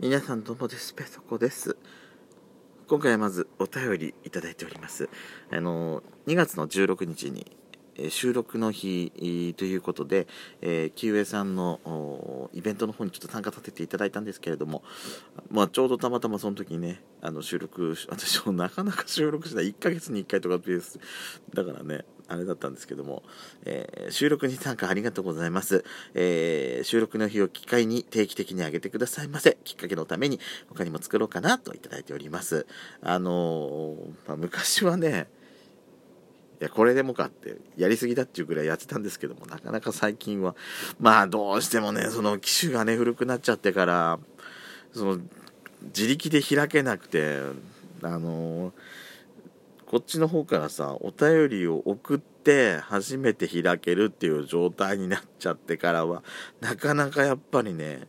皆さんどうもです。ペソコです。今回はまずお便りいただいております。2月の16日に収録の日ということで、QA さんのイベントの方にちょっと参加させていただいたんですけれども、ちょうどたまたまその時にね、私もなかなか収録しない1ヶ月に1回とかペースだからね、あれだったんですけども、収録に参加ありがとうございます。収録の日を機会に定期的に上げてくださいませ。きっかけのために他にも作ろうかなといただいております。昔はね、いやこれでもかってやりすぎだっていうぐらいやってたんですけども、なかなか最近はどうしてもね、その機種がね古くなっちゃってから、その自力で開けなくて、こっちの方からさお便りを送って初めて開けるっていう状態になっちゃってからは、なかなかやっぱりね、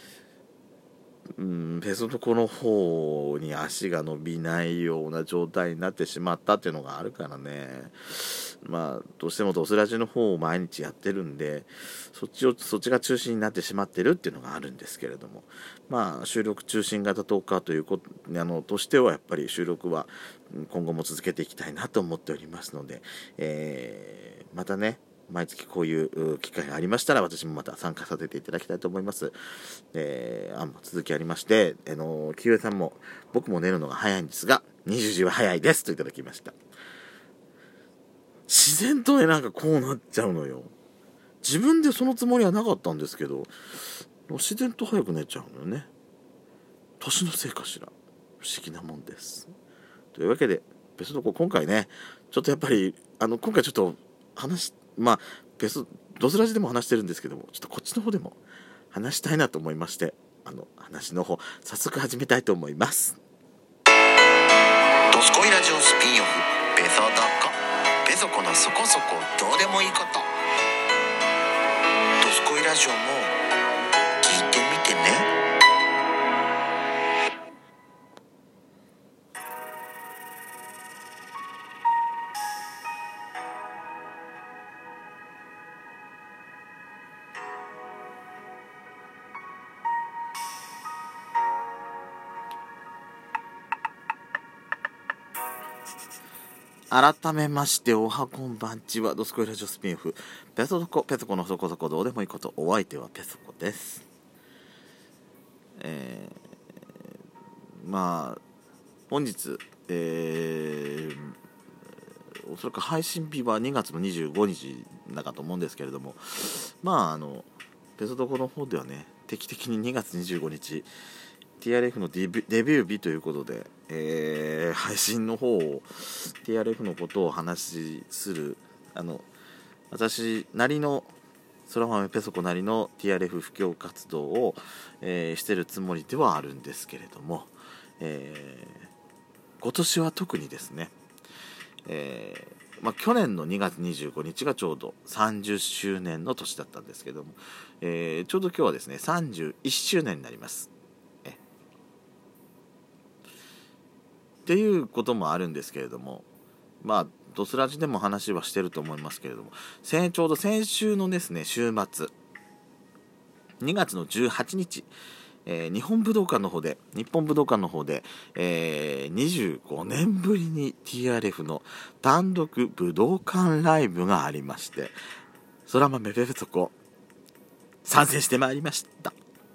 ペソコの方に足が伸びないような状態になってしまったっていうのがあるからね、どうしてもドスラジの方を毎日やってるんで、そっちが中心になってしまってるっていうのがあるんですけれども、収録中心型トーカーということとしてはやっぱり収録は今後も続けていきたいなと思っておりますので、またね毎月こういう機会がありましたら私もまた参加させていただきたいと思います。続きありまして、キウエさんも僕も寝るのが早いんですが20時は早いですといただきました。自然とね、なんかこうなっちゃうのよ。自分でそのつもりはなかったんですけど、自然と早く寝ちゃうのよね。年のせいかしら。不思議なもんです。というわけでペソドコ今回ね、ちょっとやっぱり今回ちょっとドスラジでも話してるんですけども、ちょっとこっちの方でも話したいなと思いまして、話の方早速始めたいと思います。 ドスコイラジオスピンオフペソドコ、ペソコのそこそこどうでもいいこと。ドスコイラジオも聞いてみてね。 改めましておはこんばんちは。ドスコイラジオスピンオフペソコのそこそこどうでもいいこと。お相手はペソコです。本日、おそらく配信日は2月の25日だかと思うんですけれども、ペソドコの方ではね、定期的に2月25日 TRF のデビュー日ということで、配信の方を TRF のことをお話しする、私なりのソラファメペソコなりの TRF 布教活動を、してるつもりではあるんですけれども、今年は特にですね、去年の2月25日がちょうど30周年の年だったんですけども、ちょうど今日はですね31周年になります。っていうこともあるんですけれども、ドスラジでも話はしてると思いますけれども、ちょうど先週のですね週末2月の18日、日本武道館の方で、25年ぶりに TRF の単独武道館ライブがありまして、ソラマメペペソコ参戦してまいりました。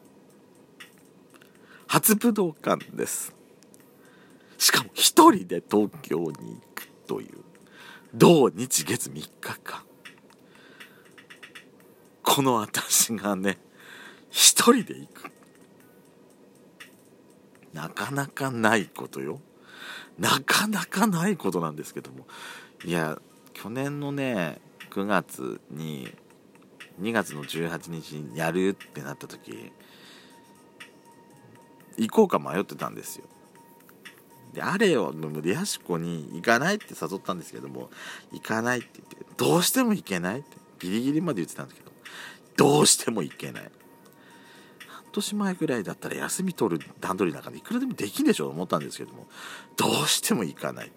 初武道館です。しかも一人で東京に行くという、同日月3日間、この私がね一人で行く、なかなかないことよ。なかなかないことなんですけども、いや去年のね9月に2月の18日にやるってなった時、行こうか迷ってたんですよ。であれよ、リハシコに行かないって誘ったんですけども、行かないって言って、どうしても行けないってギリギリまで言ってたんですけど、どうしても行けない。半年前ぐらいだったら休み取る段取りなんかでいくらでもできんでしょうと思ったんですけども、どうしても行かない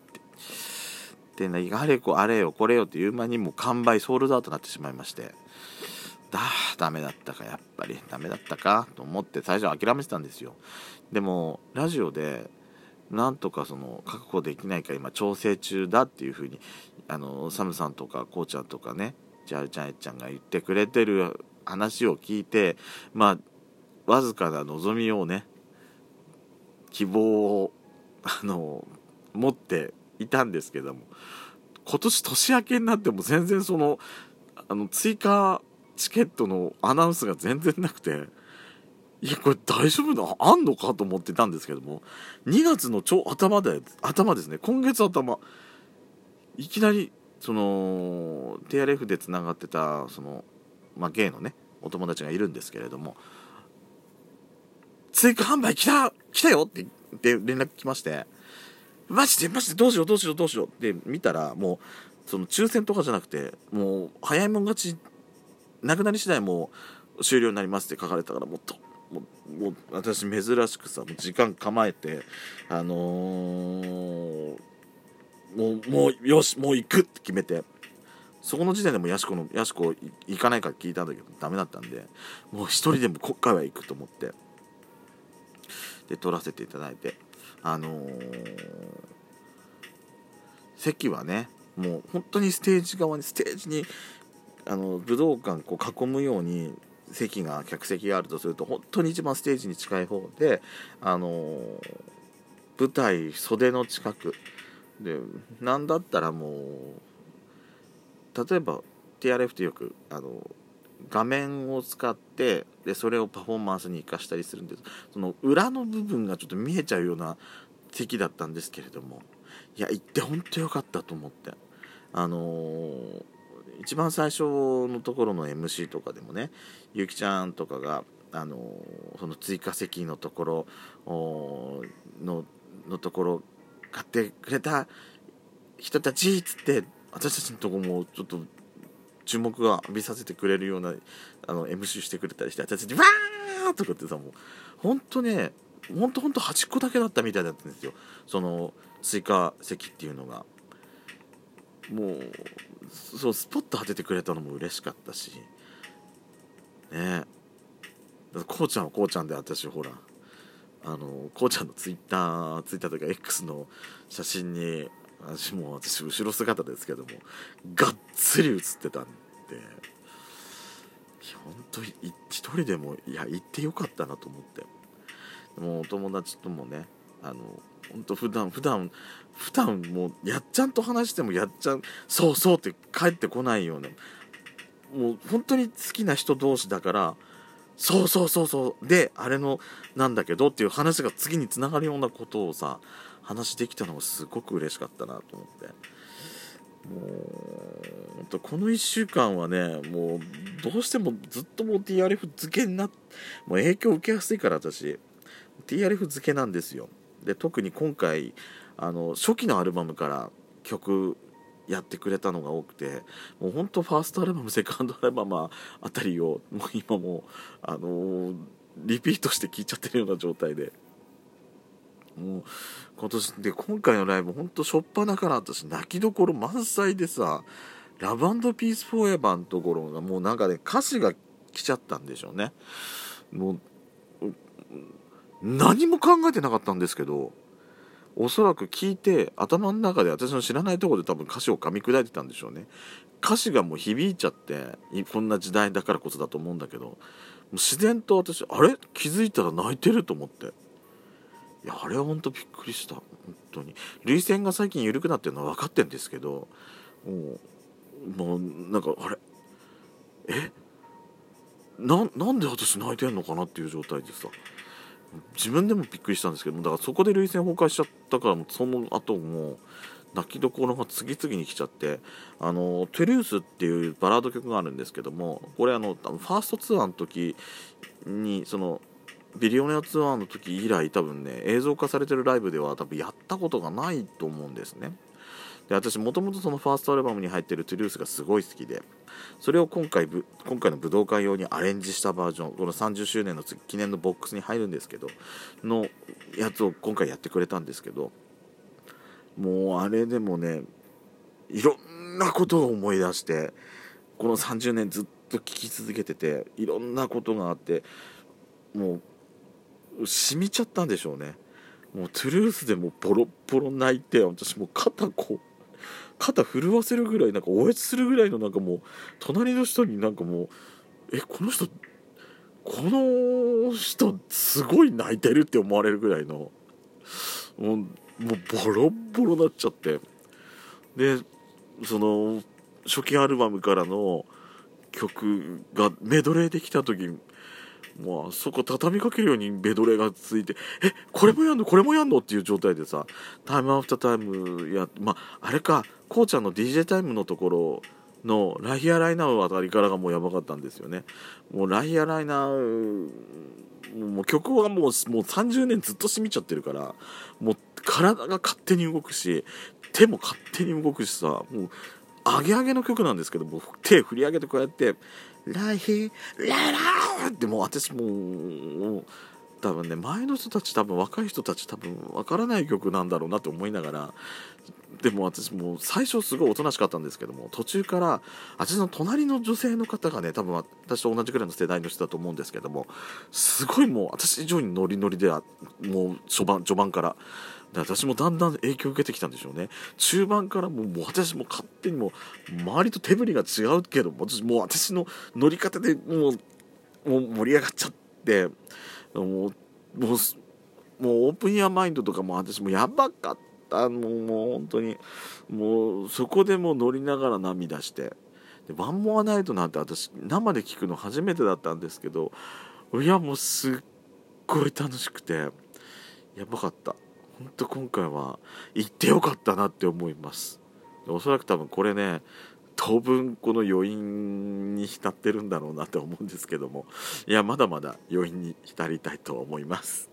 ってでね、あれよこれよっていう間にもう完売ソールドアウトになってしまいまして、 ダメだったか、やっぱりダメだったかと思って最初諦めてたんですよ。でもラジオでなんとかその確保できないか今調整中だっていう風にサムさんとかこうちゃんとかね、ジャルちゃんえっちゃんが言ってくれてる話を聞いて、まあわずかな望みをね、希望を持っていたんですけども、今年年明けになっても全然その追加チケットのアナウンスが全然なくて、いやこれ大丈夫なあんのかと思ってたんですけども、2月の頭ですね、今月頭いきなりその TRF でつながってたその、ゲイのねお友達がいるんですけれども、追加販売来たよって言って連絡来まして、マジでどうしようって見たら、もうその抽選とかじゃなくて、もう早いもん勝ちなくなり次第もう終了になりますって書かれたから、もう私珍しくさ、もう時間構えてもうよしもう行くって決めて、そこの時点でもヤシコ行かないか聞いたんだけどダメだったんで、もう一人でも今回は行くと思ってで取らせていただいて、席はね、もう本当にステージに武道館こう囲むように客席があるとすると、本当に一番ステージに近い方で、舞台袖の近くで、なんだったらもう例えば TRF ってよく画面を使ってでそれをパフォーマンスに生かしたりするんです。その裏の部分がちょっと見えちゃうような席だったんですけれども、いや行って本当よかったと思って、一番最初のところの MC とかでもね、ゆきちゃんとかがその追加席のところのところ買ってくれた人たちっつって私たちのとこもちょっと注目が浴びさせてくれるようなMC してくれたりして、私たちわーとかってさ、もうほんと端っこだけだったみたいだったんですよ、その追加席っていうのが。もうそうスポット当ててくれたのも嬉しかったしね。こうちゃんはこうちゃんで、私ほらこうちゃんのツイッターというか X の写真に私後ろ姿ですけどもがっつり写ってたんで、本当に一人でも行ってよかったなと思って、もうお友達ともね本当普段もうやっちゃんと話してもやっちゃんそうって帰ってこないような、もう本当に好きな人同士だからそうであれのなんだけどっていう話が次に繋がるようなことをさ話できたのがすごく嬉しかったなと思って、もうこの1週間はね、もうどうしてもずっともう TRF 付けにもう影響受けやすいから私 TRF 付けなんですよ。で特に今回初期のアルバムから曲やってくれたのが多くて、もうほんとファーストアルバムセカンドアルバムあたりをもう今もリピートして聴いちゃってるような状態で、もう今回のライブほんとしょっぱなから私泣きどころ満載でさ、ラブ&ピースフォーエバーのところがもうなんかね歌詞が来ちゃったんでしょうね。もう何も考えてなかったんですけど、おそらく聞いて頭の中で私の知らないところで多分歌詞を噛み砕いてたんでしょうね。歌詞がもう響いちゃって、こんな時代だからこそだと思うんだけど、もう自然と私気づいたら泣いてると思って、いやあれは本当びっくりした。本当に涙腺が最近緩くなってるのは分かってるんですけど、もうなんかなんで私泣いてんのかなっていう状態でさ、自分でもびっくりしたんですけど、だからそこで涙腺崩壊しちゃったから、その後も泣きどころが次々に来ちゃって、トゥルースっていうバラード曲があるんですけども、これファーストツアーの時にそのビリオネアツアーの時以来多分ね映像化されてるライブでは多分やったことがないと思うんですね。で私もともとそのファーストアルバムに入ってるトゥルースがすごい好きで、それを今回の武道館用にアレンジしたバージョン、この30周年の記念のボックスに入るんですけどのやつを今回やってくれたんですけど、もうあれでもねいろんなことを思い出して、この30年ずっと聴き続けてて、いろんなことがあって、もう染みちゃったんでしょうね。もうトゥルースでもうボロッボロ泣いて、私もう肩震わせるぐらい、なんかおえつするぐらいの、なんかもう隣の人になんかもうこの人すごい泣いてるって思われるぐらいの、もうボロッボロになっちゃって、でその初期アルバムからの曲がメドレーできた時、もうそこ畳みかけるようにメドレーがついて、これもやんのっていう状態でさ、タイムアフタータイムや、あれか、こうちゃんの DJ タイムのところのライアライナーあたりからがもうやばかったんですよね。もうライアライナー、もう曲はもう30年ずっと染みちゃってるから、もう体が勝手に動くし、手も勝手に動くしさ、もうアゲアゲの曲なんですけども、手振り上げてこうやってライヒララーって、もう私もう多分ね、前の人たち、多分若い人たち多分わからない曲なんだろうなって思いながら、でも私もう最初すごいおとなしかったんですけども、途中から私の隣の女性の方がね、多分私と同じくらいの世代の人だと思うんですけども、すごいもう私以上にノリノリで、もう序盤からで、私もだんだん影響を受けてきたんでしょうね。中盤からもう私も勝手にもう周りと手振りが違うけど、私の乗り方でもう盛り上がっちゃって、もうオープンイヤーマインドとかも私もやばかった。もう本当にもうそこでもう乗りながら涙して、でワンモアナイトなんて私生で聞くの初めてだったんですけど、いやもうすっごい楽しくてやばかった。本当今回は行ってよかったなって思います。おそらく多分これね、当分この余韻に浸ってるんだろうなって思うんですけども、いやまだまだ余韻に浸りたいと思います。